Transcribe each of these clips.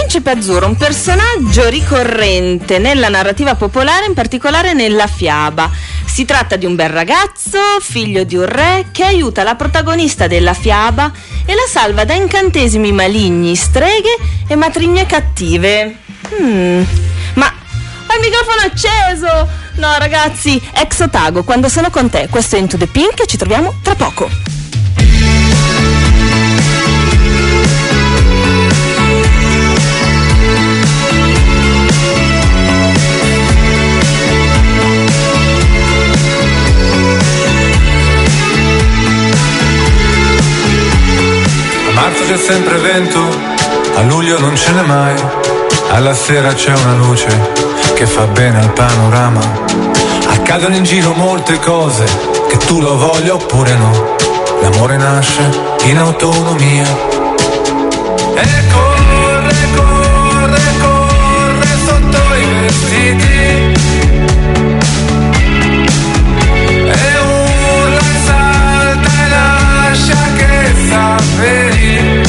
principe azzurro, un personaggio ricorrente nella narrativa popolare, in particolare nella fiaba. Si tratta di un bel ragazzo, figlio di un re, che aiuta la protagonista della fiaba e la salva da incantesimi maligni, streghe e matrigne cattive. Ma ho il microfono acceso! No ragazzi, ex Otago, quando sono con te. Questo è Into the Pink e ci troviamo tra poco. A marzo c'è sempre vento, a luglio non ce n'è mai, alla sera c'è una luce che fa bene al panorama. Accadono in giro molte cose, che tu lo voglia oppure no. L'amore nasce in autonomia e corre, corre, corre sotto i vestiti e urla e salta e lascia che saperi.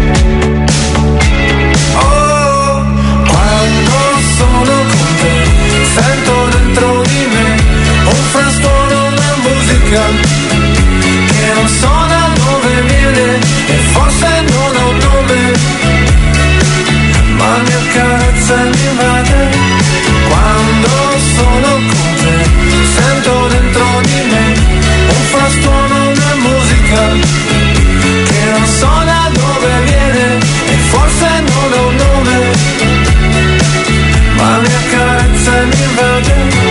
Oh, quando sono con te sento dentro di me un frastuono, una musica che non so da dove viene e forse non ha un nome, ma mi accarezza e mi invade. Quando sono con te sento dentro di me un frastuono, una musica che non so da dove viene e forse non ha un nome, ma mi accarezza e mi invade.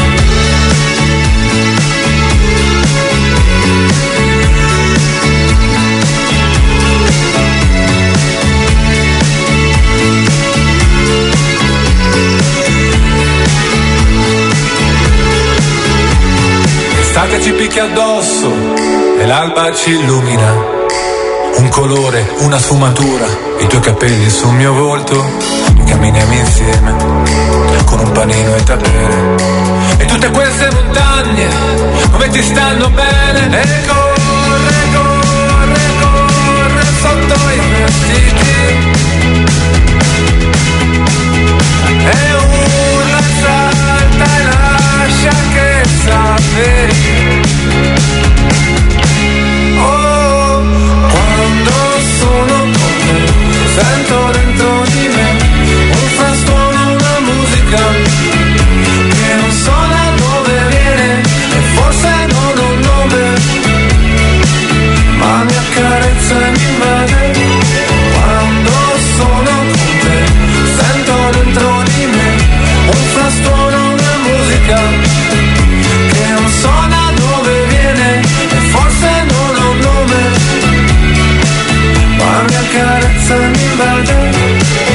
L'estate ci picchia addosso e l'alba ci illumina. Un colore, una sfumatura, i tuoi capelli sul mio volto. Camminiamo insieme con un panino e da bere. E tutte queste montagne come ti stanno bene. E corre, corre, corre sotto i vestiti e urla, salta e lascia che saperi. Oh, quando sono con te sento dentro di me un frastuono, una musica che non so da dove viene e forse non ho un nome, ma mi accarezza e mi invade. Quando sono con te sento dentro di me un frastuono, una musica che non so da dove viene e forse non ho un nome, ma mi accarezza e mi invade.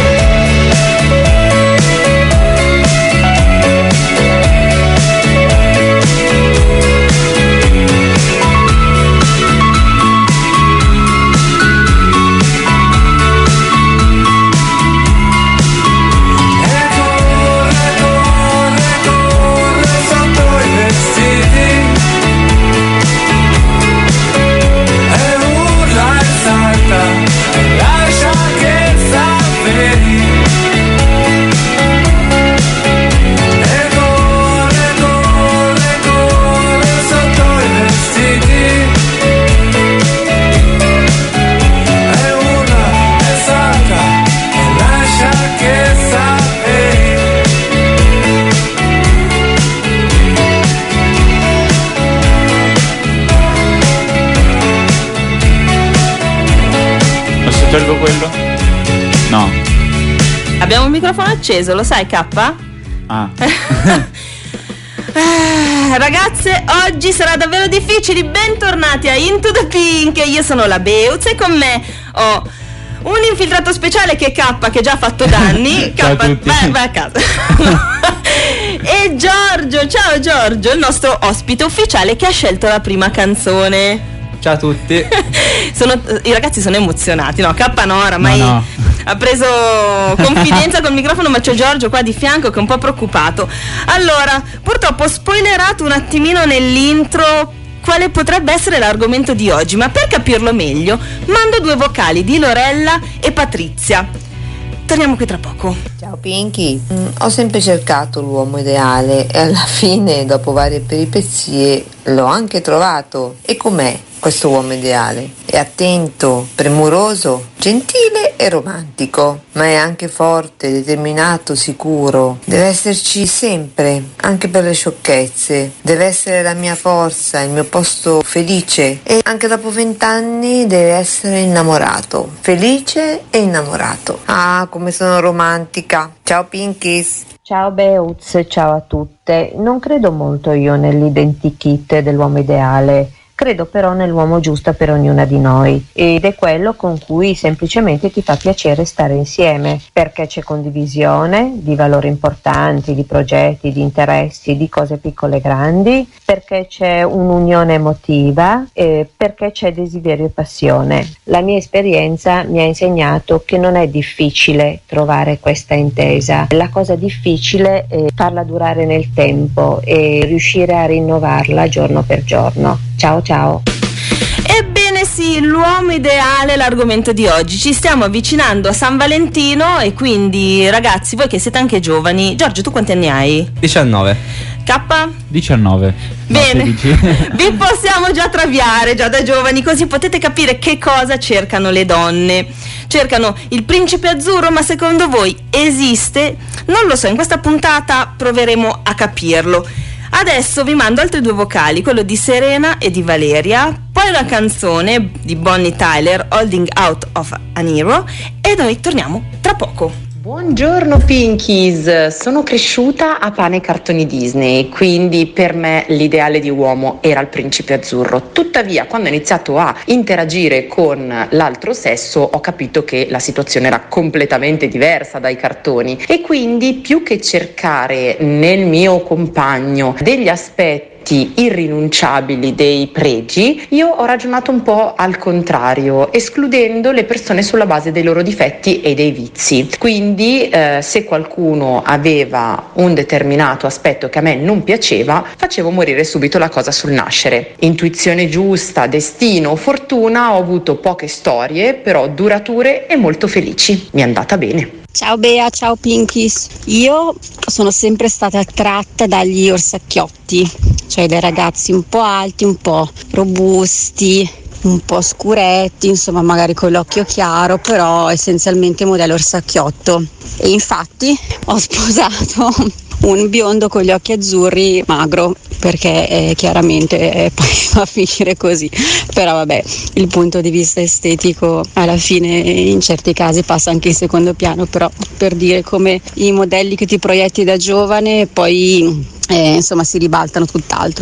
Tolgo quello? No. Abbiamo un microfono acceso, lo sai K? Ah. Ragazze, oggi sarà davvero difficile. Bentornati a Into the Pink. Io sono la Beuz e con me ho un infiltrato speciale che è K, che già ha fatto danni. Ciao K, a tutti. vai a casa. E Giorgio, ciao Giorgio, il nostro ospite ufficiale che ha scelto la prima canzone. Ciao a tutti. I ragazzi sono emozionati, no? K no, oramai no. Ha preso confidenza col microfono, ma c'è Giorgio qua di fianco che è un po' preoccupato. Allora, purtroppo ho spoilerato un attimino nell'intro quale potrebbe essere l'argomento di oggi, ma per capirlo meglio mando due vocali di Lorella e Patrizia. torniamo qui tra poco. Ciao Pinky, ho sempre cercato l'uomo ideale e alla fine, dopo varie peripezie, l'ho anche trovato. E com'è questo uomo ideale? È attento, premuroso, gentile e romantico, ma è anche forte, determinato, sicuro. Deve esserci sempre, anche per le sciocchezze. Deve essere la mia forza, il mio posto felice, e anche dopo 20 anni deve essere innamorato, felice e innamorato. Ah, come sono romantica. Ciao Pinkies. Ciao Beuz, ciao a tutte. Non credo molto io nell'identikit dell'uomo ideale. Credo però nell'uomo giusto per ognuna di noi, ed è quello con cui semplicemente ti fa piacere stare insieme, perché c'è condivisione di valori importanti, di progetti, di interessi, di cose piccole e grandi, perché c'è un'unione emotiva e perché c'è desiderio e passione. La mia esperienza mi ha insegnato che non è difficile trovare questa intesa. La cosa difficile è farla durare nel tempo e riuscire a rinnovarla giorno per giorno. Ciao ciao. Ebbene sì, l'uomo ideale è l'argomento di oggi. Ci stiamo avvicinando a San Valentino e quindi, ragazzi, voi che siete anche giovani. Giorgio, tu quanti anni hai? 19. K? 19. Bene, No, 16. vi possiamo già traviare già da giovani, così potete capire che cosa cercano le donne. Cercano il principe azzurro, ma secondo voi esiste? Non lo so, in questa puntata proveremo a capirlo. Adesso vi mando altri 2 vocali, quello di Serena e di Valeria, poi la canzone di Bonnie Tyler, Holding Out of an Hero, e noi torniamo tra poco. Buongiorno Pinkies, sono cresciuta a pane e cartoni Disney, quindi per me l'ideale di uomo era il principe azzurro. Tuttavia, quando ho iniziato a interagire con l'altro sesso, ho capito che la situazione era completamente diversa dai cartoni, e quindi più che cercare nel mio compagno degli aspetti irrinunciabili, dei pregi, io ho ragionato un po' al contrario, escludendo le persone sulla base dei loro difetti e dei vizi. Quindi se qualcuno aveva un determinato aspetto che a me non piaceva, facevo morire subito la cosa sul nascere. Intuizione giusta, destino, fortuna, ho avuto poche storie, però durature e molto felici. Mi è andata bene. Ciao Bea, ciao Pinkies. Io sono sempre stata attratta dagli orsacchiotti, cioè dai ragazzi un po' alti, un po' robusti, un po' scuretti, insomma magari con l'occhio chiaro, però essenzialmente modello orsacchiotto. E infatti ho sposato un biondo con gli occhi azzurri magro, perché chiaramente poi va a finire così, però vabbè, il punto di vista estetico alla fine in certi casi passa anche in secondo piano, però per dire come i modelli che ti proietti da giovane poi insomma si ribaltano tutt'altro.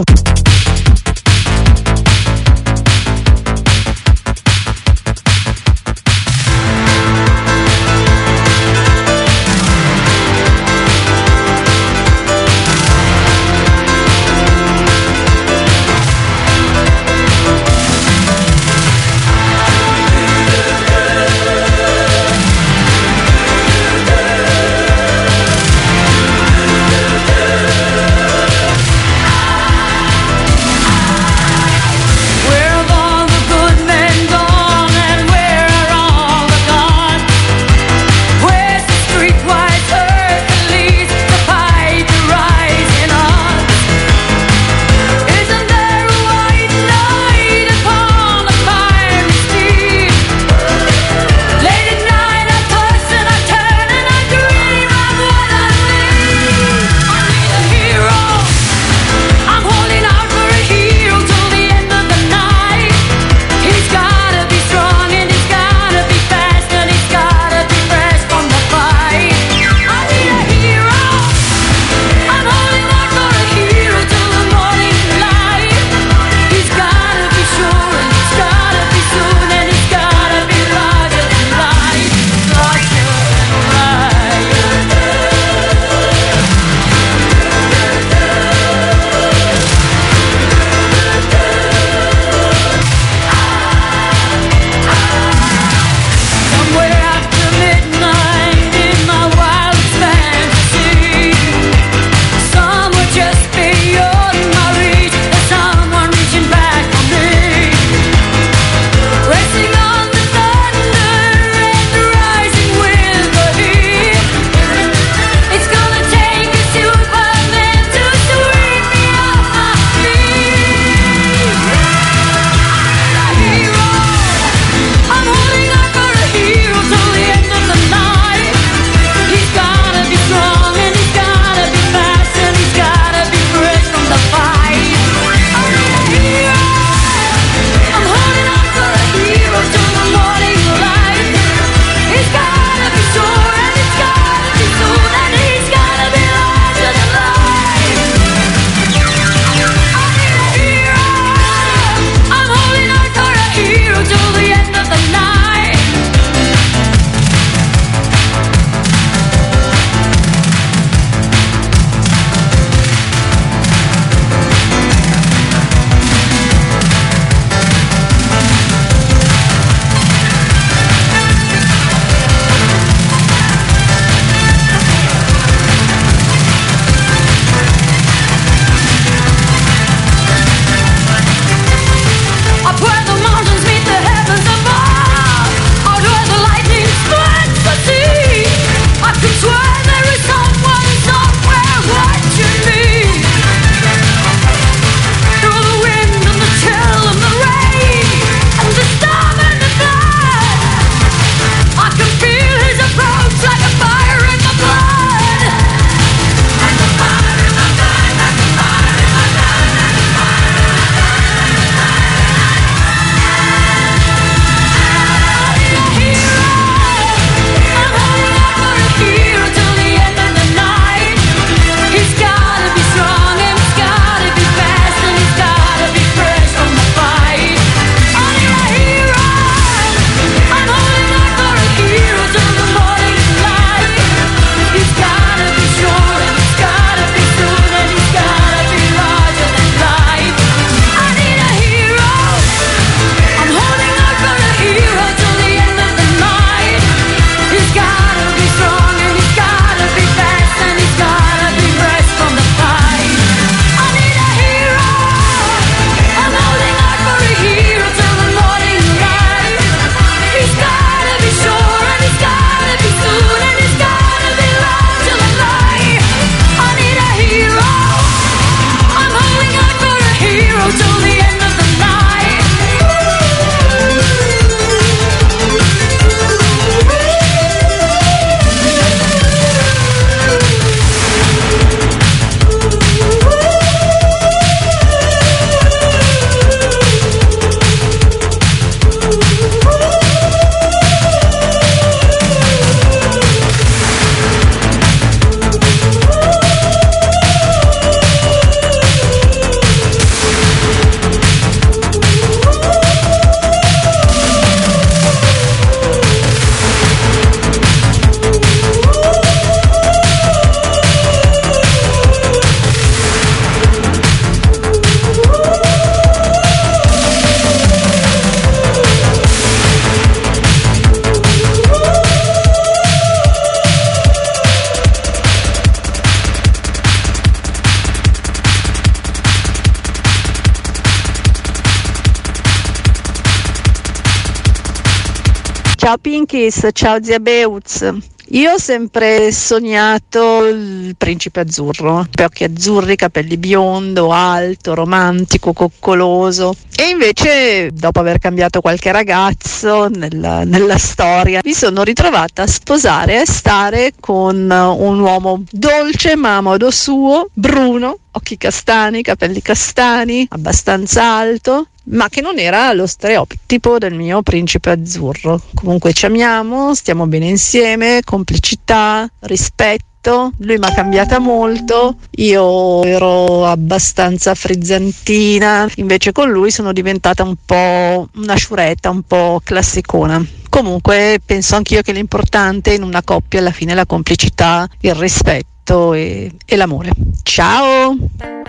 Ciao Pinkies, ciao zia Beuz. Io ho sempre sognato il principe azzurro, occhi azzurri, capelli biondo, alto, romantico, coccoloso. E invece, dopo aver cambiato qualche ragazzo nella storia, mi sono ritrovata a sposare e stare con un uomo dolce ma a modo suo, bruno, occhi castani, capelli castani, abbastanza alto, ma che non era lo stereotipo del mio principe azzurro. Comunque ci amiamo, stiamo bene insieme, complicità, rispetto. Lui mi ha cambiata molto, io ero abbastanza frizzantina, invece con lui sono diventata un po' una sciuretta, un po' classicona. Comunque penso anch'io che l'importante in una coppia alla fine è la complicità, il rispetto e l'amore. Ciao!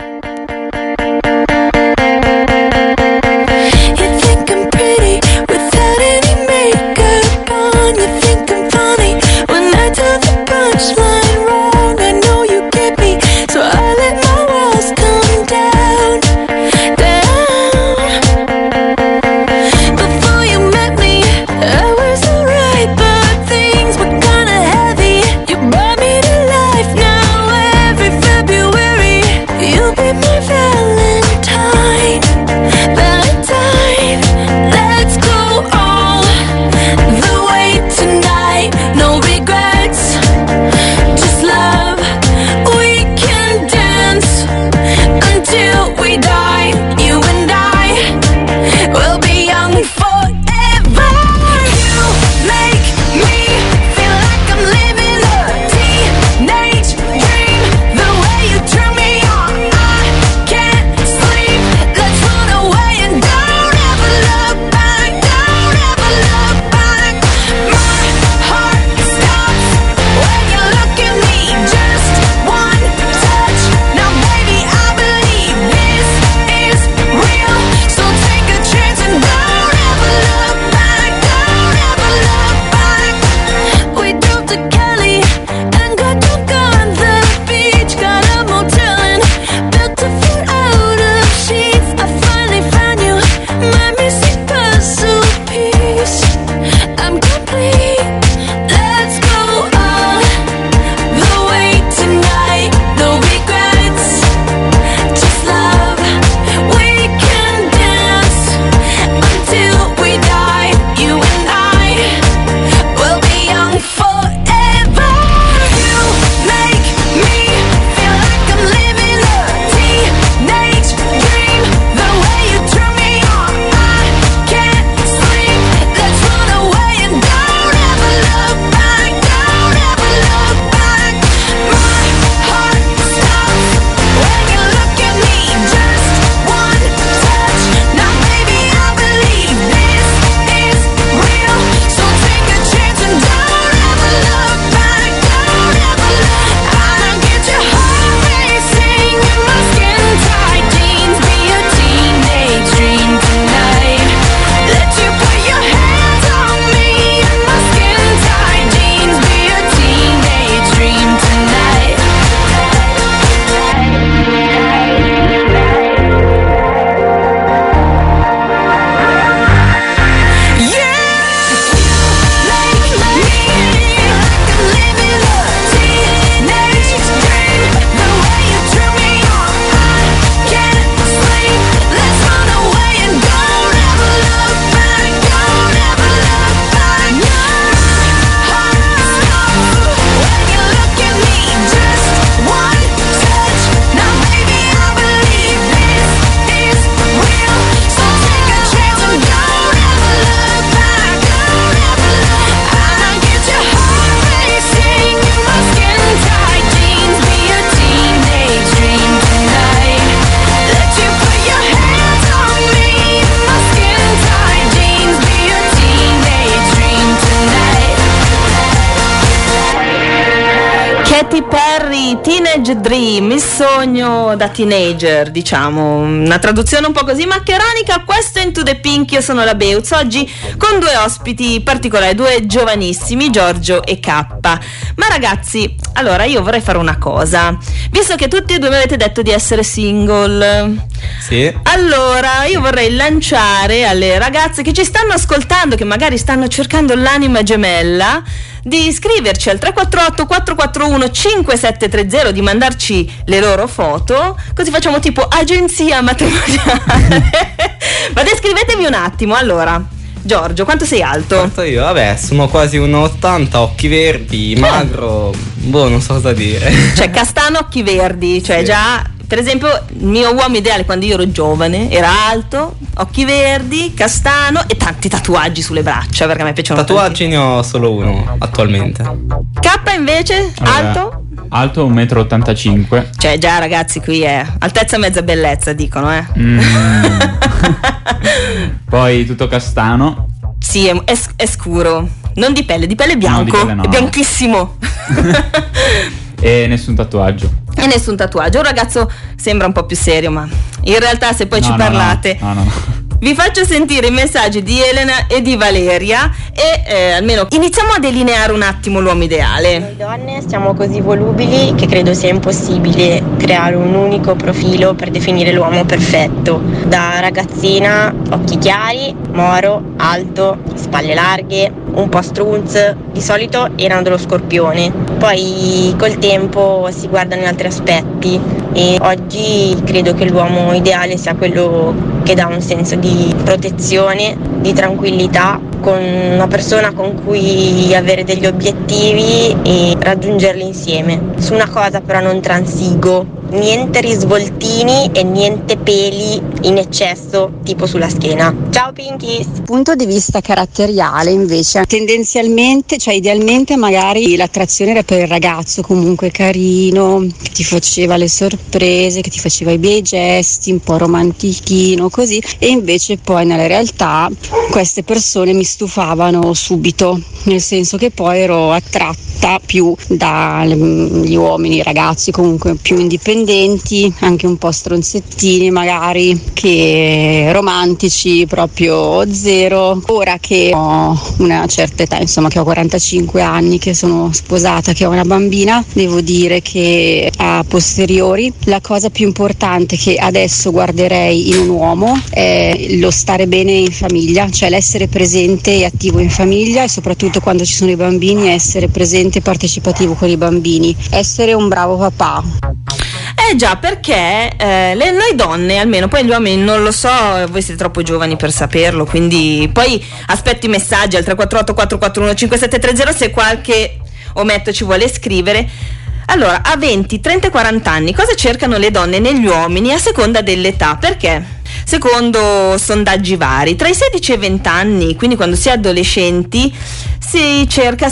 Katy Perry, Teenage Dream, il sogno da teenager, diciamo, una traduzione un po' così maccheronica. Questo è Into the Pink, io sono la Beuz, oggi con due ospiti particolari, due giovanissimi, Giorgio e K. Ma ragazzi, allora io vorrei fare una cosa, visto che tutti e due mi avete detto di essere single, Sì. Allora, io vorrei lanciare alle ragazze che ci stanno ascoltando, che magari stanno cercando l'anima gemella, di iscriverci al 348 441 5730, di mandarci le loro foto, così facciamo tipo agenzia matrimoniale. Ma descrivetevi un attimo. Allora, Giorgio, quanto sei alto? Quanto io? Vabbè, sono quasi 1,80, occhi verdi, magro, non so cosa dire. Cioè, castano, occhi verdi, cioè sì. Già, per esempio, il mio uomo ideale quando io ero giovane era alto, occhi verdi, castano e tanti tatuaggi sulle braccia, perché a me piacciono. Tatuaggi ne ho solo uno attualmente. K invece? Alto? Alto 1,85 m. Cioè, già ragazzi, qui è altezza mezza bellezza, dicono, Poi tutto castano. Sì, è scuro. Non di pelle bianco. No, di pelle no. È bianchissimo. E nessun tatuaggio. Un ragazzo sembra un po' più serio, ma in realtà se poi ci parlate. No. Vi faccio sentire i messaggi di Elena e di Valeria e almeno iniziamo a delineare un attimo l'uomo ideale. Noi donne siamo così volubili che credo sia impossibile creare un unico profilo per definire l'uomo perfetto. Da ragazzina, occhi chiari, moro, alto, spalle larghe, un po' strunz, di solito erano dello Scorpione. Poi col tempo si guardano in altri aspetti e oggi credo che l'uomo ideale sia quello che dà un senso di protezione, di tranquillità, con una persona con cui avere degli obiettivi e raggiungerli insieme. Su una cosa però non transigo, niente risvoltini e niente peli in eccesso tipo sulla schiena. Ciao Pinkies! Punto di vista caratteriale invece, tendenzialmente, cioè idealmente magari l'attrazione era per il ragazzo comunque carino, che ti faceva le sorprese, che ti faceva i bei gesti, un po' romantichino così, e invece poi nella realtà queste persone mi stufavano subito, nel senso che poi ero attratta più dagli uomini, ragazzi comunque più indipendenti, anche un po' stronzettini magari, che romantici proprio zero. Ora che ho una certa età, insomma che ho 45 anni, che sono sposata, che ho una bambina, devo dire che a posteriori la cosa più importante che adesso guarderei in un uomo è lo stare bene in famiglia, cioè l'essere presente e attivo in famiglia, e soprattutto quando ci sono i bambini essere presente e partecipativo con i bambini, essere un bravo papà. Già, perché noi donne, almeno, poi gli uomini non lo so, voi siete troppo giovani per saperlo, quindi poi aspetto i messaggi al 348 441 5730 se qualche ometto ci vuole scrivere. Allora, a 20, 30 e 40 anni cosa cercano le donne negli uomini a seconda dell'età? Perché? Secondo sondaggi vari, tra i 16 e i 20 anni, quindi quando si è adolescenti, si cerca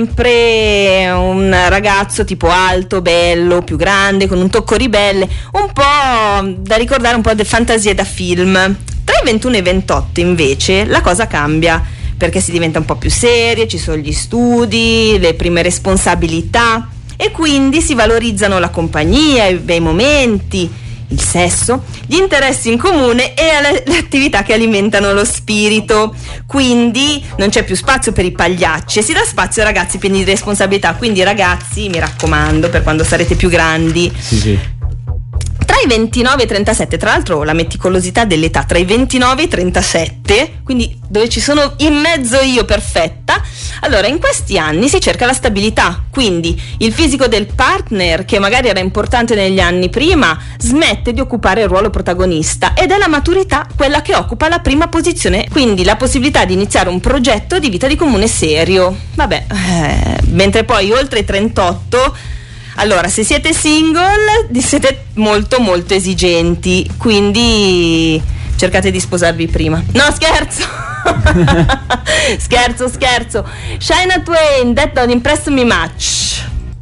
sempre un ragazzo tipo alto, bello, più grande, con un tocco ribelle, un po' da ricordare, un po' di fantasie da film. Tra i 21 e i 28 invece la cosa cambia, perché si diventa un po' più serie, ci sono gli studi, le prime responsabilità, e quindi si valorizzano la compagnia, i bei momenti, il sesso, gli interessi in comune e le attività che alimentano lo spirito. Quindi non c'è più spazio per i pagliacci e si dà spazio ai ragazzi pieni di responsabilità. Quindi ragazzi, mi raccomando, per quando sarete più grandi, sì. Tra i 29 e i 37, tra l'altro la meticolosità dell'età, tra i 29 e i 37, quindi dove ci sono in mezzo io perfetta, allora in questi anni si cerca la stabilità, quindi il fisico del partner, che magari era importante negli anni prima, smette di occupare il ruolo protagonista, ed è la maturità quella che occupa la prima posizione, quindi la possibilità di iniziare un progetto di vita di comune serio. Vabbè, mentre poi oltre i 38, allora, se siete single siete molto molto esigenti, quindi cercate di sposarvi prima. No, scherzo! Scherzo. Shania Twain, That Don't Impress Me Much.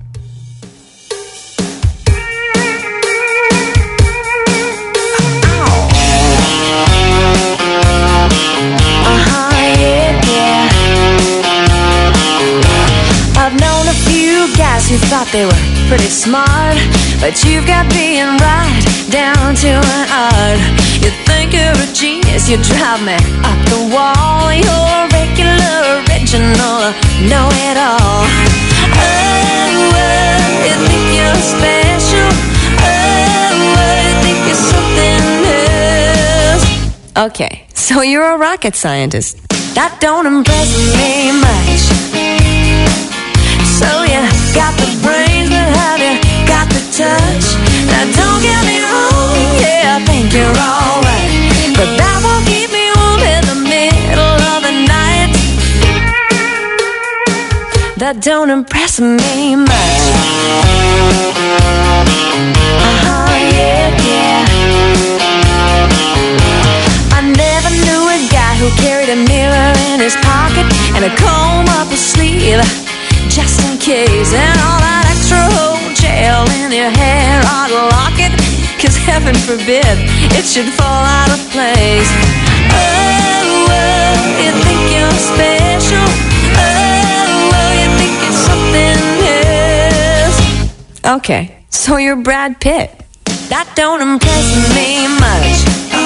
I've known a few guys who thought they were pretty smart, but you've got being right down to an art. You think you're a genius, you drive me up the wall. You're regular, original, know it all. Oh, you think you're special. Oh, you think you're something new. Okay, so you're a rocket scientist. That don't impress me much. So you got the brains, but have you got the touch? Now don't get me wrong, yeah, I think you're alright, but that won't keep me warm in the middle of the night. That don't impress me much. Yeah, yeah. I never knew a guy who carried a mirror in his pocket and a comb up his sleeve, just in case, and all that extra whole gel in your hair ought to lock it, 'cause heaven forbid it should fall out of place. Oh, oh, you think you're special? Oh, oh, you think it's something else? Okay, so you're Brad Pitt. That don't impress me much.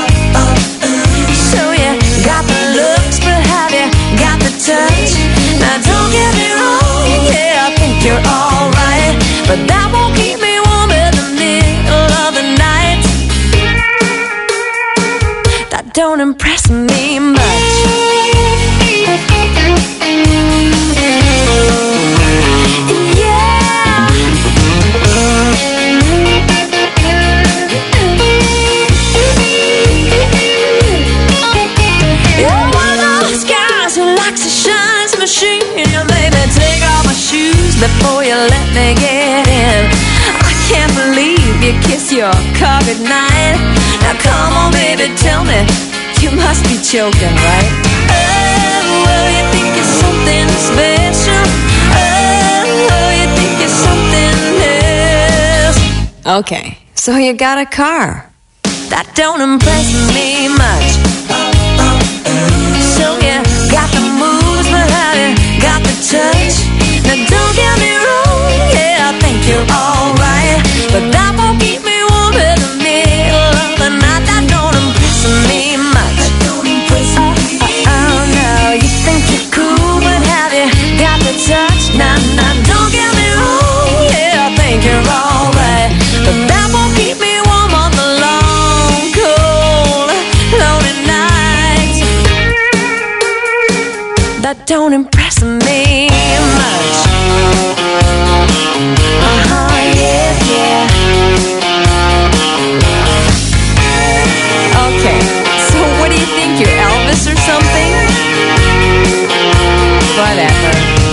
So you got the looks, but have you got the touch? Now don't get me wrong, yeah, I think you're alright, but that won't keep me warm in the middle of the night. That don't impress me much. Before you let me get in, I can't believe you kiss your car goodnight. Now come on baby, tell me, you must be joking, right? Oh, oh, you think you're something special? Oh, oh, you think you're something else? Okay, so you got a car. That don't impress me much. So you got the moves, but have you got the touch? Now don't get me wrong, yeah, I think you're alright, but that won't keep me warm in the middle of the night. That don't impress me much. Oh no, you think you're cool, but have you got the touch? Nah, don't get me wrong, yeah, I think you're alright, but that won't keep me warm on the long, cold, lonely nights. That don't impress me much. Yeah, yeah. Okay, so what do you think, you're Elvis or something? Whatever.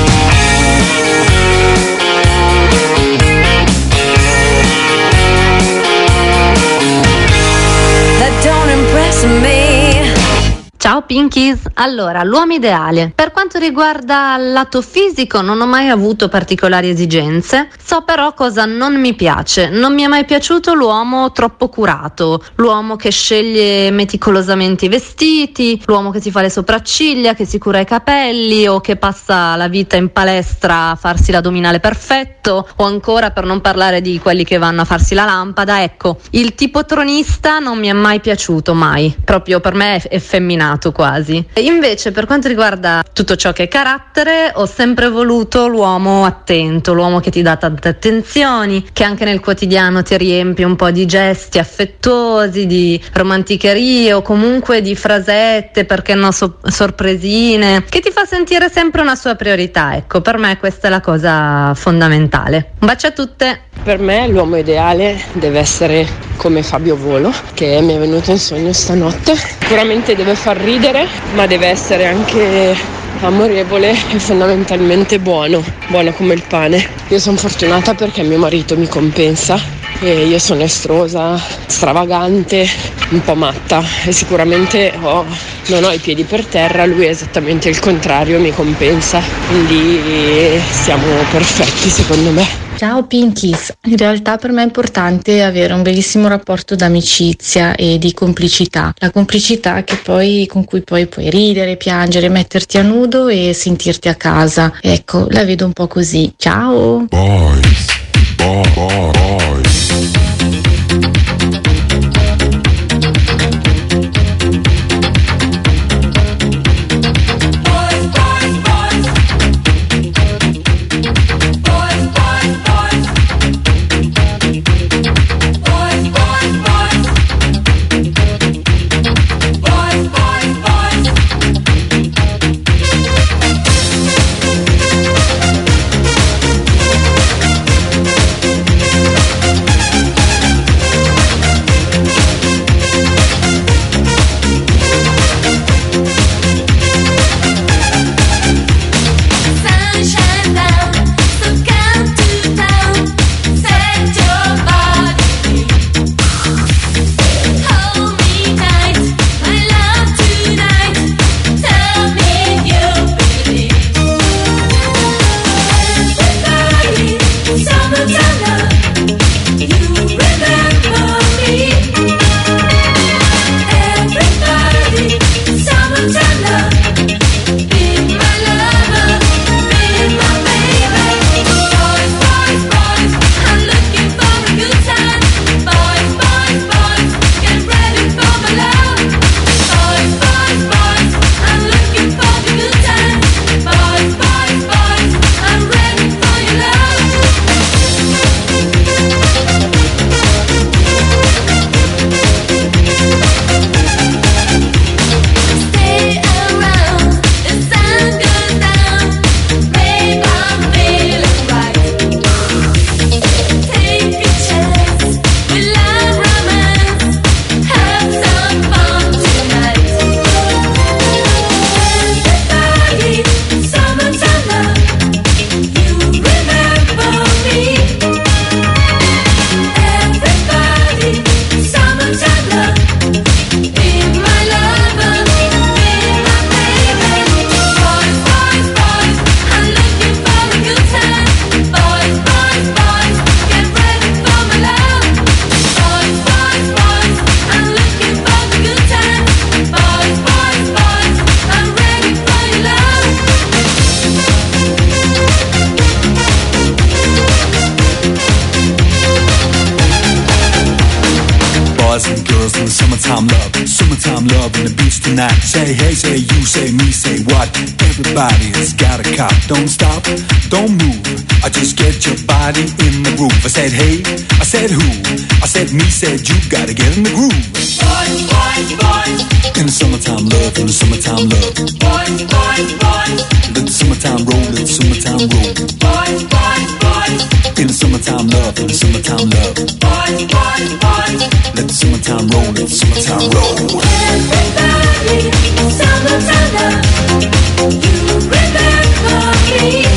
That don't impress me. Ciao Pinkies! Allora, l'uomo ideale. Per quanto riguarda il lato fisico non ho mai avuto particolari esigenze, so però cosa non mi piace. Non mi è mai piaciuto l'uomo troppo curato, l'uomo che sceglie meticolosamente i vestiti, l'uomo che si fa le sopracciglia, che si cura i capelli o che passa la vita in palestra a farsi l'addominale perfetto, o ancora, per non parlare di quelli che vanno a farsi la lampada. Ecco, il tipo tronista non mi è mai piaciuto, mai. Proprio per me è effeminato quasi. Invece per quanto riguarda tutto ciò che è carattere, ho sempre voluto l'uomo attento, l'uomo che ti dà tante attenzioni, che anche nel quotidiano ti riempie un po' di gesti affettuosi, di romanticherie o comunque di frasette, perché no, sorpresine, che ti fa sentire sempre una sua priorità. Ecco, per me questa è la cosa fondamentale. Un bacio a tutte. Per me l'uomo ideale deve essere come Fabio Volo, che mi è venuto in sogno stanotte. Sicuramente deve far ridere, ma deve essere anche amorevole e fondamentalmente buono come il pane. Io sono fortunata perché mio marito mi compensa e io sono estrosa, stravagante, un po' matta e sicuramente non ho i piedi per terra, lui è esattamente il contrario, mi compensa, quindi siamo perfetti secondo me. Ciao Pinkies, in realtà per me è importante avere un bellissimo rapporto d'amicizia e di complicità, la complicità con cui poi puoi ridere, piangere, metterti a nudo e sentirti a casa. Ecco, la vedo un po' così. Ciao! Boys. summertime love in the beach tonight. Say hey, say you, say me, say what? Everybody has got a cop. Don't stop, don't move. I just get your body in the groove. I said hey, I said who? I said me, said you. Gotta get in the groove. Boys, boys, boys. In the summertime love, in the summertime love. Boys, boys, boys. Let the summertime roll, let the summertime roll. Boys, boys, boys. In the summertime love, in the summertime love. Boys, boys, boys. Let the summertime roll, let the summertime roll. Everybody, summertime love. You remember me.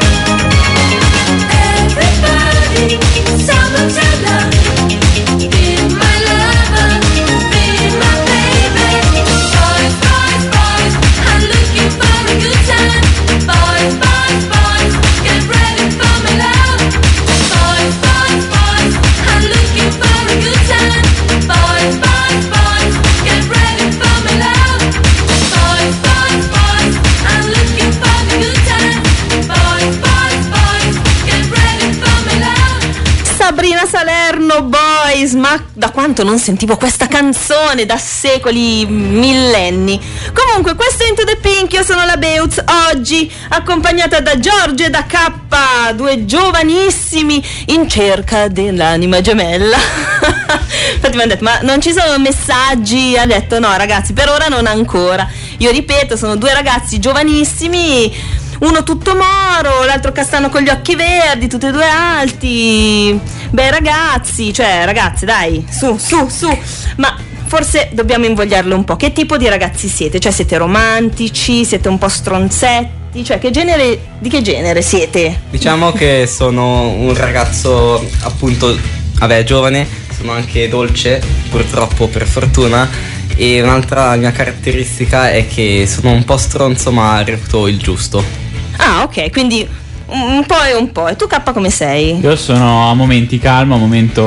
Everybody, summertime love. Be my lover, be my baby. Boys, boys, boys, I'm looking for a good time. Boys, boys, boys, get ready for my love. Boys, boys, boys, I'm looking for a good time. Boys, boys, boys, get ready for my love. Boys, boys, boys, I'm looking for a good time. Boys, boys, boys, get ready for my love. Sabrina Salerno, Boys, ma da quanto non sentivo questa canzone? Da secoli, millenni. Comunque, questo è Into the Pink, io sono la Beutz, oggi accompagnata da Giorgio e da K, due giovanissimi in cerca dell'anima gemella. Infatti mi hanno detto, ma non ci sono messaggi? Ha detto no ragazzi, per ora non ancora. Io ripeto, sono due ragazzi giovanissimi, uno tutto moro, l'altro castano con gli occhi verdi, tutti e due alti, bei ragazzi, cioè ragazzi dai, su, ma forse dobbiamo invogliarlo un po'. Che tipo di ragazzi siete? Cioè siete romantici, siete un po' stronzetti, cioè di che genere siete? Diciamo che sono un ragazzo appunto, giovane, sono anche dolce, purtroppo, per fortuna. E un'altra mia caratteristica è che sono un po' stronzo ma reputo il giusto. Ah, ok, quindi un po' e un po'. E tu K come sei? Io sono a momenti calmo,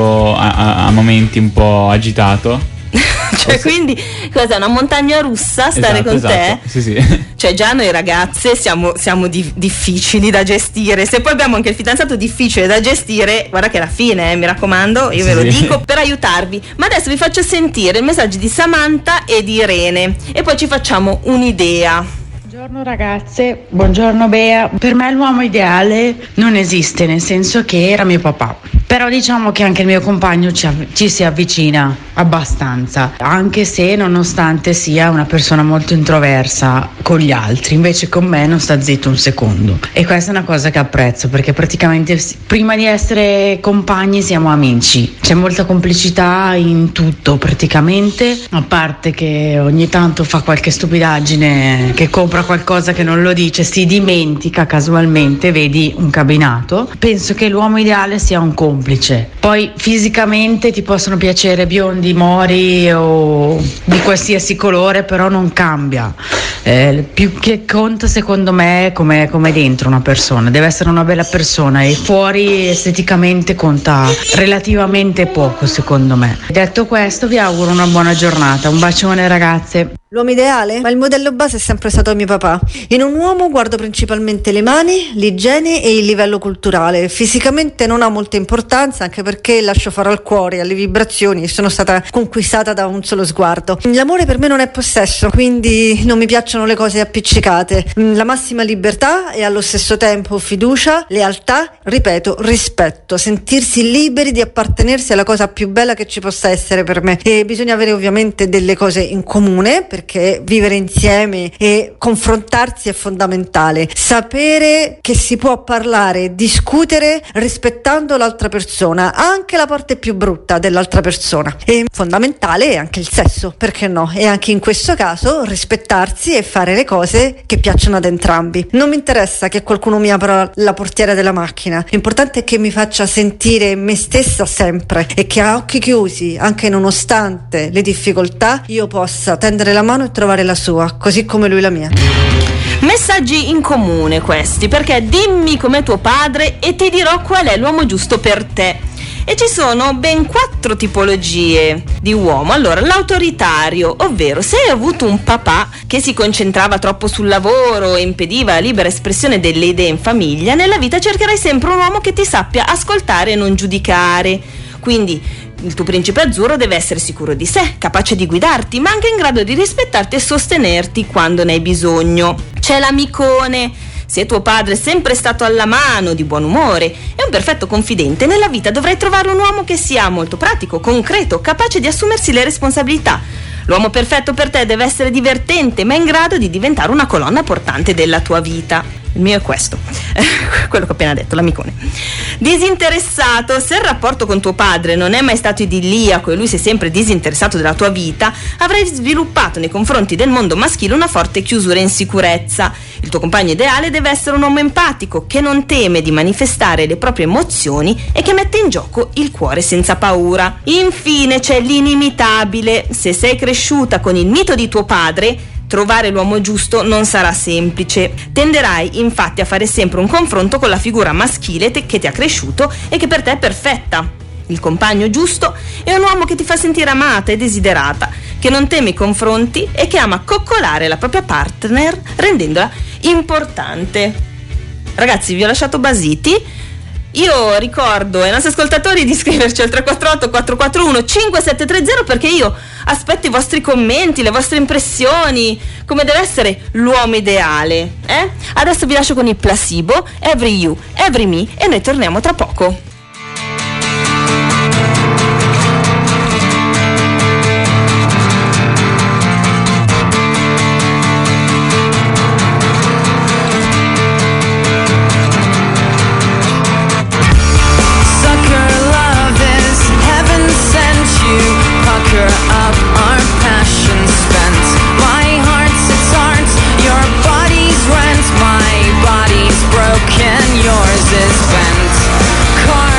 a momenti un po' agitato. Cioè quindi cos'è, una montagna russa stare con te? Sì. Cioè già noi ragazze siamo difficili da gestire. Se poi abbiamo anche il fidanzato difficile da gestire, guarda che è la fine, mi raccomando, io ve lo dico per aiutarvi. Ma adesso vi faccio sentire il messaggio di Samantha e di Irene e poi ci facciamo un'idea. Buongiorno ragazze, buongiorno Bea. Per me l'uomo ideale non esiste, nel senso che era mio papà. Però diciamo che anche il mio compagno ci si avvicina abbastanza, anche se nonostante sia una persona molto introversa con gli altri, invece con me non sta zitto un secondo. E questa è una cosa che apprezzo, perché praticamente prima di essere compagni siamo amici. C'è molta complicità in tutto praticamente, a parte che ogni tanto fa qualche stupidaggine, che compra qualcosa che non lo dice, si dimentica casualmente, vedi un cabinato. Penso che l'uomo ideale sia un complice. Poi fisicamente ti possono piacere biondi, mori o di qualsiasi colore, però non cambia. Più che conta secondo me come dentro una persona, deve essere una bella persona e fuori esteticamente conta relativamente poco secondo me. Detto questo vi auguro una buona giornata, un bacione ragazze. L'uomo ideale? Ma il modello base è sempre stato mio papà. In un uomo guardo principalmente le mani, l'igiene e il livello culturale. Fisicamente non ha molta importanza, anche perché lascio fare al cuore, alle vibrazioni, e sono stata conquistata da un solo sguardo. L'amore per me non è possesso, quindi non mi piacciono le cose appiccicate. La massima libertà e allo stesso tempo fiducia, lealtà, ripeto, rispetto, sentirsi liberi di appartenersi alla cosa più bella che ci possa essere per me. E bisogna avere ovviamente delle cose in comune, perché vivere insieme e confrontarsi è fondamentale. Sapere che si può parlare, discutere rispettando l'altra persona, anche la parte più brutta dell'altra persona. E fondamentale è anche il sesso, perché no? E anche in questo caso rispettarsi e fare le cose che piacciono ad entrambi. Non mi interessa che qualcuno mi apra la portiera della macchina, l'importante è che mi faccia sentire me stessa sempre e che a occhi chiusi, anche nonostante le difficoltà, io possa tendere la mano e trovare la sua, così come lui la mia. Messaggi in comune questi, perché dimmi com'è tuo padre e ti dirò qual è l'uomo giusto per te. E ci sono ben 4 tipologie di uomo. Allora, l'autoritario, ovvero se hai avuto un papà che si concentrava troppo sul lavoro e impediva la libera espressione delle idee in famiglia, nella vita cercherai sempre un uomo che ti sappia ascoltare e non giudicare. Quindi il tuo principe azzurro deve essere sicuro di sé, capace di guidarti, ma anche in grado di rispettarti e sostenerti quando ne hai bisogno. C'è l'amicone. Se tuo padre è sempre stato alla mano, di buon umore e un perfetto confidente, nella vita dovrai trovare un uomo che sia molto pratico, concreto, capace di assumersi le responsabilità. L'uomo perfetto per te deve essere divertente, ma in grado di diventare una colonna portante della tua vita. Il mio è questo, quello che ho appena detto, l'amicone. Disinteressato. Se il rapporto con tuo padre non è mai stato idilliaco e lui si è sempre disinteressato della tua vita, avrai sviluppato nei confronti del mondo maschile una forte chiusura e insicurezza. Il tuo compagno ideale deve essere un uomo empatico, che non teme di manifestare le proprie emozioni e che mette in gioco il cuore senza paura. Infine c'è l'inimitabile. Se sei cresciuta con il mito di tuo padre, trovare l'uomo giusto non sarà semplice. Tenderai infatti a fare sempre un confronto con la figura maschile che ti ha cresciuto e che per te è perfetta. Il compagno giusto è un uomo che ti fa sentire amata e desiderata, che non teme i confronti e che ama coccolare la propria partner rendendola importante. Ragazzi, vi ho lasciato basiti. Io ricordo ai nostri ascoltatori di scriverci al 348 441 5730 perché io aspetto i vostri commenti, le vostre impressioni, come deve essere l'uomo ideale. Adesso vi lascio con il Placebo, Every You, Every Me e noi torniamo tra poco. Yours is bent. Car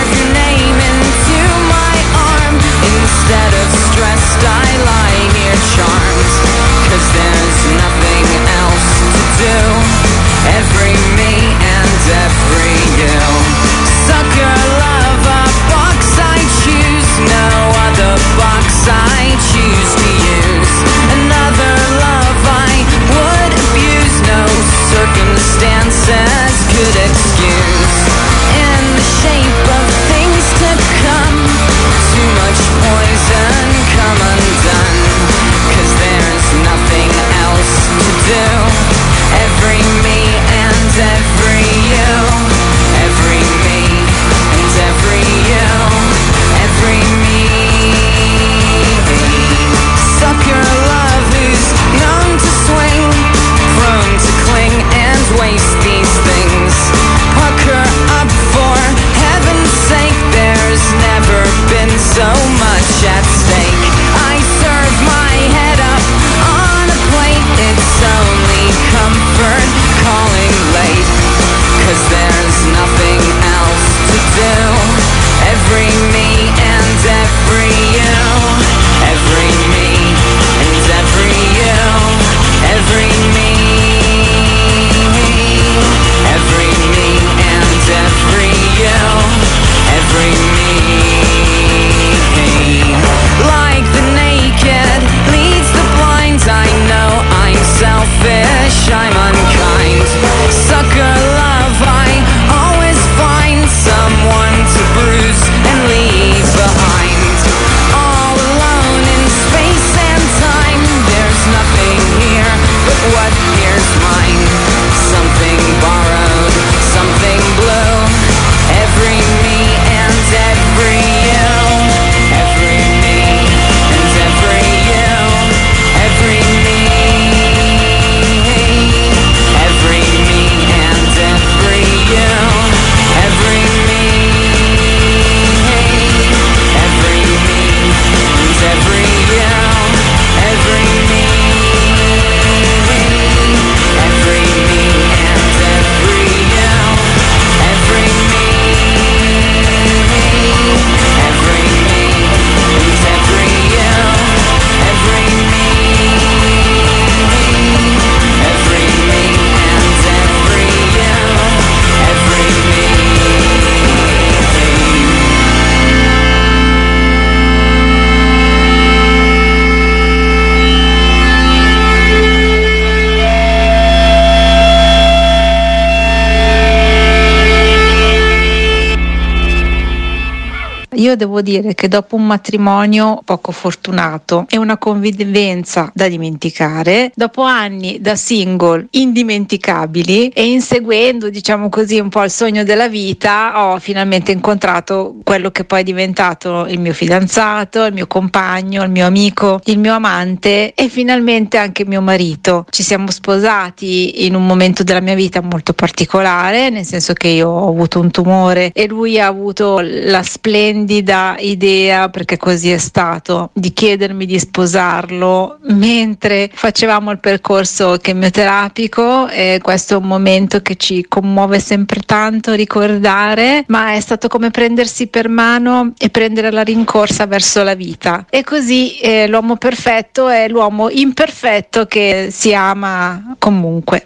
io devo dire che dopo un matrimonio poco fortunato e una convivenza da dimenticare, dopo anni da single indimenticabili e inseguendo, diciamo così, un po' il sogno della vita, ho finalmente incontrato quello che poi è diventato il mio fidanzato, il mio compagno, il mio amico, il mio amante e finalmente anche mio marito. Ci siamo sposati in un momento della mia vita molto particolare, nel senso che io ho avuto un tumore e lui ha avuto la splendida idea, perché così è stato, di chiedermi di sposarlo mentre facevamo il percorso chemioterapico, e questo è un momento che ci commuove sempre tanto ricordare, ma è stato come prendersi per mano e prendere la rincorsa verso la vita. E così l'uomo perfetto è l'uomo imperfetto che si ama comunque.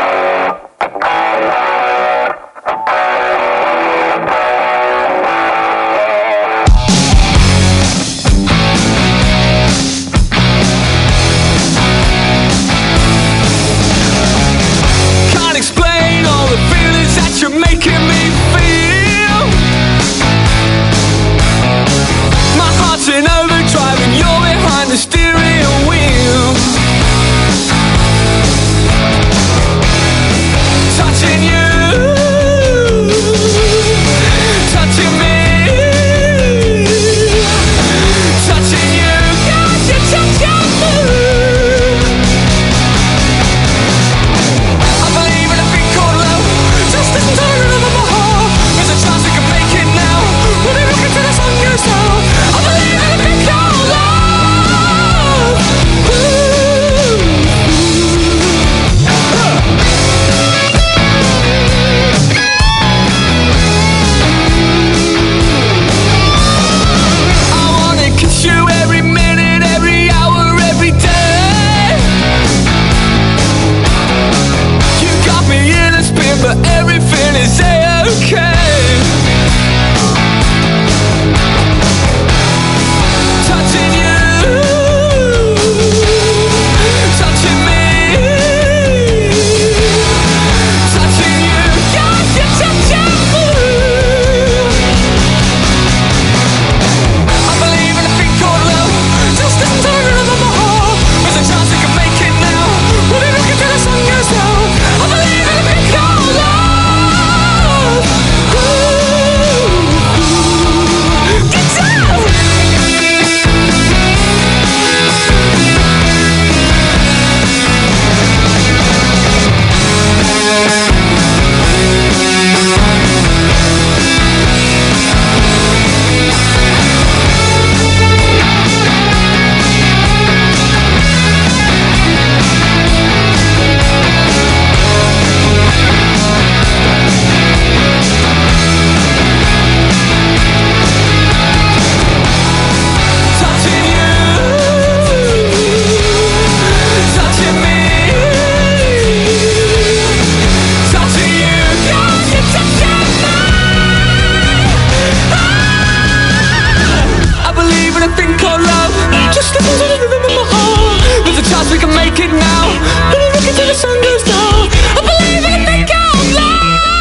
Steering wheel, touching you, touching me, touching you, got you touching me. I believe in a thing called love, just listen to the rhythm of my heart. There's a chance we can make it now, we'll be looking till the sun goes down. I believe in a thing called love. But everything is okay. Touching you, touching me, touching you, got you touching me. I believe in a thing called love, just listen to the rhythm of my heart. There's a chance we can make it now, we'll be looking till the sun goes down. I believe in a thing called love. We can make it now. We'll look until the sun goes down. I believe in a thing called love.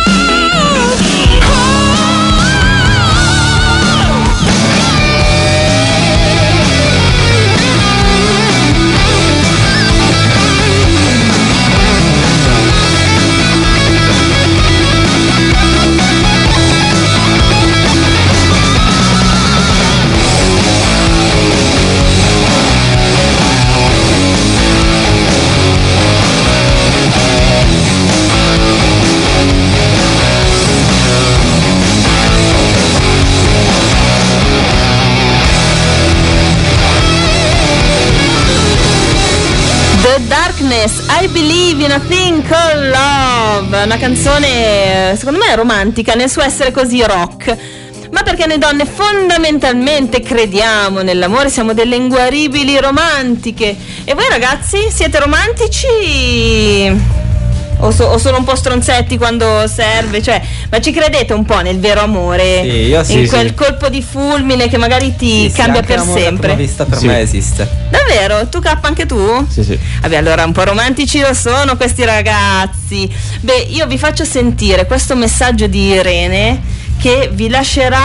The Darkness, I Believe in a Thing Called Love, una canzone secondo me romantica nel suo essere così rock, ma perché noi donne fondamentalmente crediamo nell'amore, siamo delle inguaribili romantiche. E voi ragazzi siete romantici? O sono un po' stronzetti quando serve? Cioè, ma ci credete un po' nel vero amore? Sì, io sì, in quel colpo di fulmine che magari ti cambia per sempre? La vista per me esiste. Davvero? Tu K anche tu? Sì. Vabbè, allora un po' romantici lo sono questi ragazzi. Beh, io vi faccio sentire questo messaggio di Irene che vi lascerà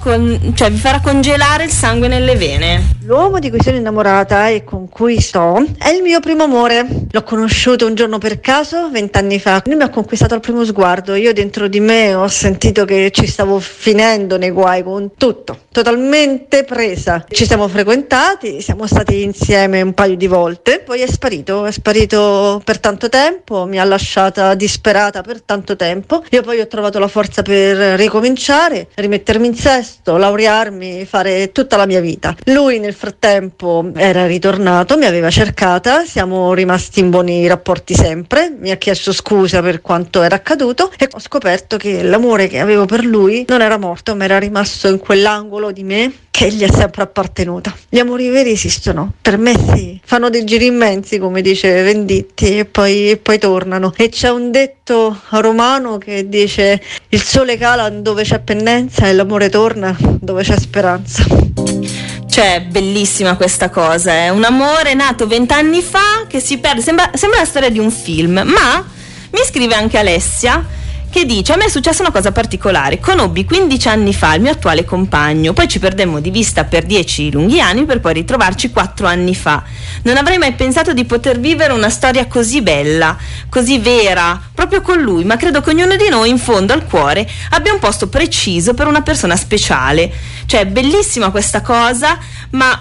cioè vi farà congelare il sangue nelle vene. L'uomo di cui sono innamorata e con cui sto è il mio primo amore. L'ho conosciuto un giorno per caso 20 anni fa. Lui mi ha conquistato al primo sguardo. Io dentro di me ho sentito che ci stavo finendo nei guai con tutto, totalmente presa. Ci siamo frequentati, siamo stati insieme un paio di volte, poi è sparito per tanto tempo, mi ha lasciata disperata per tanto tempo. Io poi ho trovato la forza per ricominciare, rimettermi in sesto, laurearmi, fare tutta la mia vita. Lui nel frattempo era ritornato, mi aveva cercata, siamo rimasti in buoni rapporti sempre, mi ha chiesto scusa per quanto era accaduto e ho scoperto che l'amore che avevo per lui non era morto, ma era rimasto in quell'angolo di me che gli è sempre appartenuta. Gli amori veri esistono, per me sì, fanno dei giri immensi come dice Venditti e poi tornano. E c'è un detto romano che dice: il sole cala dove c'è pendenza e l'amore torna dove c'è speranza. Cioè, bellissima questa cosa, è un amore nato 20 anni fa che si perde, sembra la storia di un film. Ma mi scrive anche Alessia che dice: a me è successa una cosa particolare, conobbi 15 anni fa il mio attuale compagno, poi ci perdemmo di vista per 10 lunghi anni per poi ritrovarci 4 anni fa. Non avrei mai pensato di poter vivere una storia così bella, così vera, proprio con lui, ma credo che ognuno di noi in fondo al cuore abbia un posto preciso per una persona speciale. Cioè, bellissima questa cosa, ma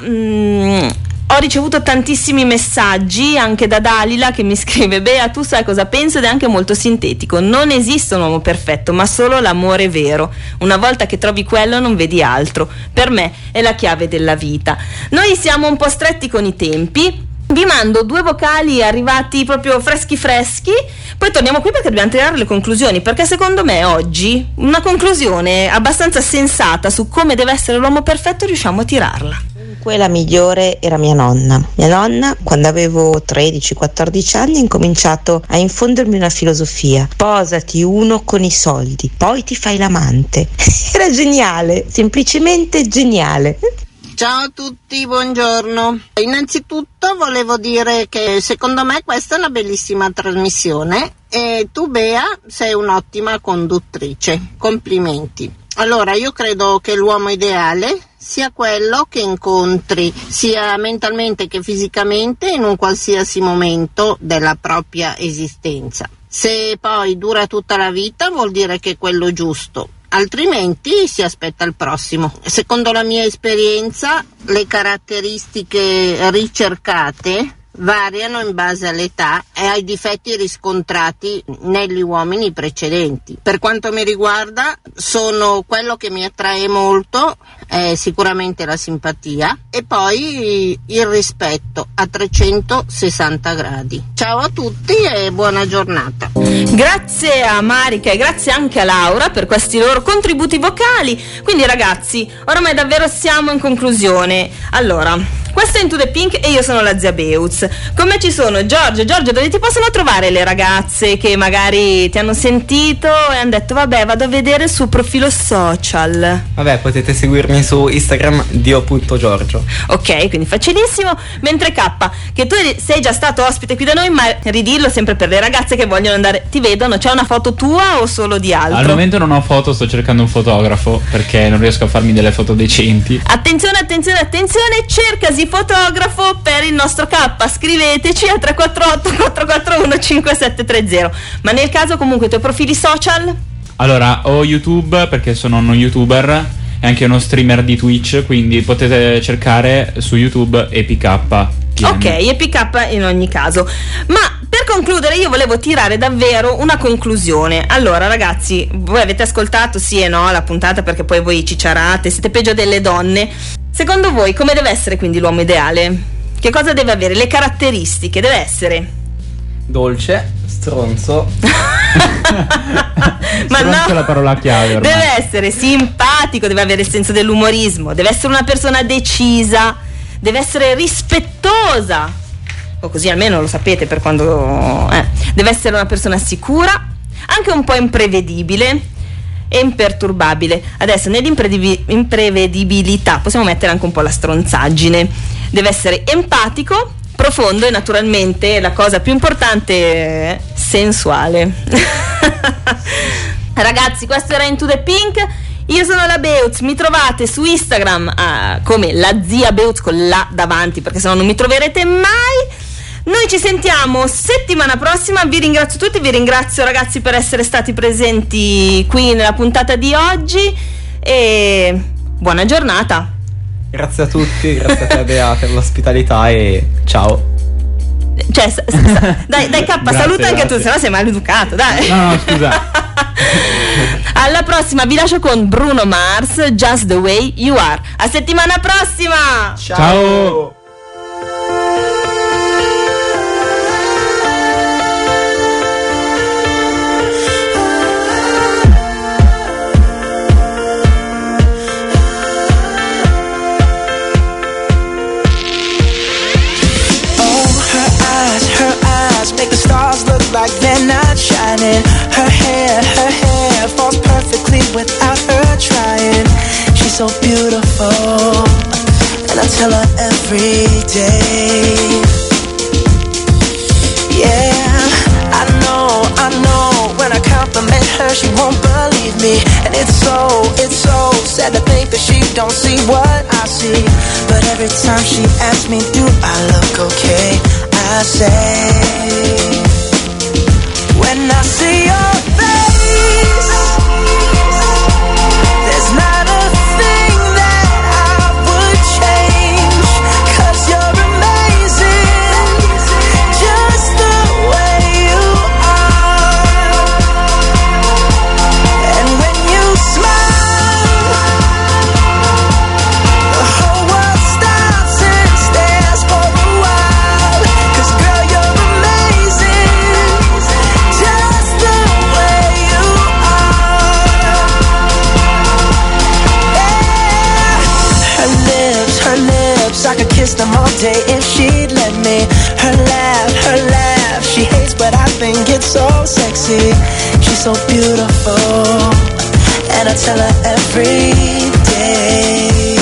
ho ricevuto tantissimi messaggi anche da Dalila che mi scrive: Bea, tu sai cosa penso, ed è anche molto sintetico. Non esiste un uomo perfetto, ma solo l'amore vero. Una volta che trovi quello non vedi altro. Per me è la chiave della vita. Noi siamo un po' stretti con i tempi. Vi mando 2 vocali arrivati proprio freschi, poi torniamo qui perché dobbiamo tirare le conclusioni, perché secondo me oggi una conclusione abbastanza sensata su come deve essere l'uomo perfetto riusciamo a tirarla. La migliore era mia nonna. Mia nonna, quando avevo 13-14 anni, ha incominciato a infondermi una filosofia: sposati uno con i soldi, poi ti fai l'amante. Era geniale, semplicemente geniale. Ciao a tutti, buongiorno. Innanzitutto volevo dire che secondo me questa è una bellissima trasmissione e tu, Bea, sei un'ottima conduttrice. Complimenti. Allora, io credo che l'uomo ideale sia quello che incontri sia mentalmente che fisicamente in un qualsiasi momento della propria esistenza. Se poi dura tutta la vita vuol dire che è quello giusto, altrimenti si aspetta il prossimo. Secondo la mia esperienza, le caratteristiche ricercate variano in base all'età e ai difetti riscontrati negli uomini precedenti. Per quanto mi riguarda, sono quello che mi attrae molto è sicuramente la simpatia e poi il rispetto a 360 gradi. Ciao a tutti e buona giornata. Grazie a Marica e grazie anche a Laura per questi loro contributi vocali. Quindi ragazzi, oramai davvero siamo in conclusione. Allora, questo è Into the Pink e io sono la zia Beuz. Con me ci sono Giorgio, dove ti possono trovare le ragazze che magari ti hanno sentito e hanno detto vabbè, vado a vedere il suo profilo social? Vabbè, potete seguirmi su Instagram dio.giorgio. Ok, quindi facilissimo. Mentre K, che tu sei già stato ospite qui da noi, ma ridillo sempre per le ragazze che vogliono andare, ti vedono, c'è una foto tua o solo di altro? Al momento non ho foto, sto cercando un fotografo perché non riesco a farmi delle foto decenti. Attenzione, cercasi fotografo per il nostro K, scriveteci al 348 441 5730. Ma nel caso comunque i tuoi profili social? Allora, ho YouTube perché sono uno youtuber e anche uno streamer di Twitch, quindi potete cercare su YouTube EPK. Ok, EPK in ogni caso. Ma per concludere io volevo tirare davvero una conclusione. Allora ragazzi, voi avete ascoltato sì e no la puntata perché poi voi cicciarate, siete peggio delle donne. Secondo voi come deve essere quindi l'uomo ideale? Che cosa deve avere? Le caratteristiche, deve essere dolce, stronzo. Ma stronzo no, è la parola chiave ormai. deve essere simpatico, deve avere il senso dell'umorismo, deve essere una persona decisa, deve essere rispettosa, o così almeno lo sapete per quando deve essere una persona sicura, anche un po' imprevedibile e imperturbabile. Adesso nell'imprevedibilità possiamo mettere anche un po' la stronzaggine. Deve essere empatico, profondo e naturalmente la cosa più importante sensuale. Ragazzi, questo era Into the Pink. Io sono la Beutz, mi trovate su Instagram come la zia Beutz con la davanti, perché sennò non mi troverete mai. Noi ci sentiamo settimana prossima, vi ringrazio tutti, vi ringrazio ragazzi per essere stati presenti qui nella puntata di oggi e buona giornata. Grazie a tutti, grazie a te Bea per l'ospitalità e ciao. Cioè, dai K, Grazie, saluta anche grazie. tu, sennò sei maleducato, dai. No, scusa. Alla prossima, vi lascio con Bruno Mars, Just the Way You Are. A settimana prossima. Ciao. Make the stars look like they're not shining. Her hair falls perfectly without her trying. She's so beautiful, and I tell her every day. Yeah, I know, when I compliment her she won't believe me. And it's so sad to think that she don't see what I see. But every time she asks me, do I look okay? I say, when I see your face, there's not a thing that I would change, 'cause you're amazing, just the way you are. And when you smile, the whole world stops and stares for a while. 'Cause girl, you're amazing, just the way you are. Yeah. Her lips, I could kiss them all day if she'd let me. Her laugh, she hates but I think it's so sexy. She's so beautiful, and I tell her every day.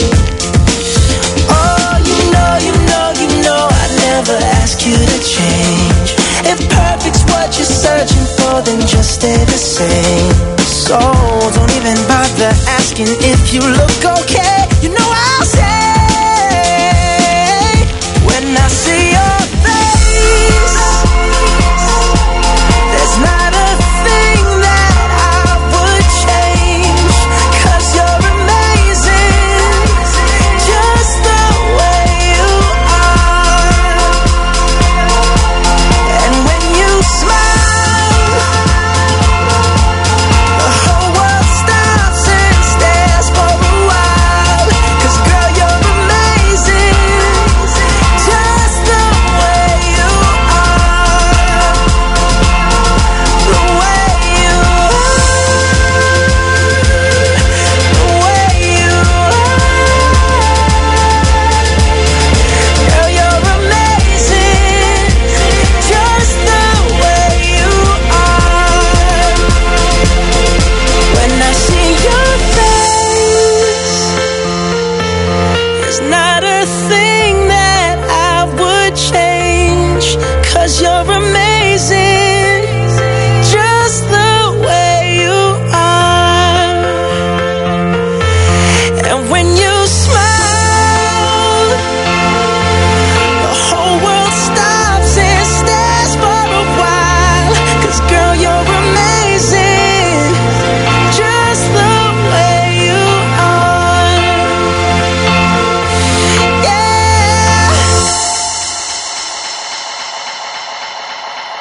Oh, you know, I never ask you to change. If perfect's what you're searching for, then just stay the same. So don't even bother asking if you look okay.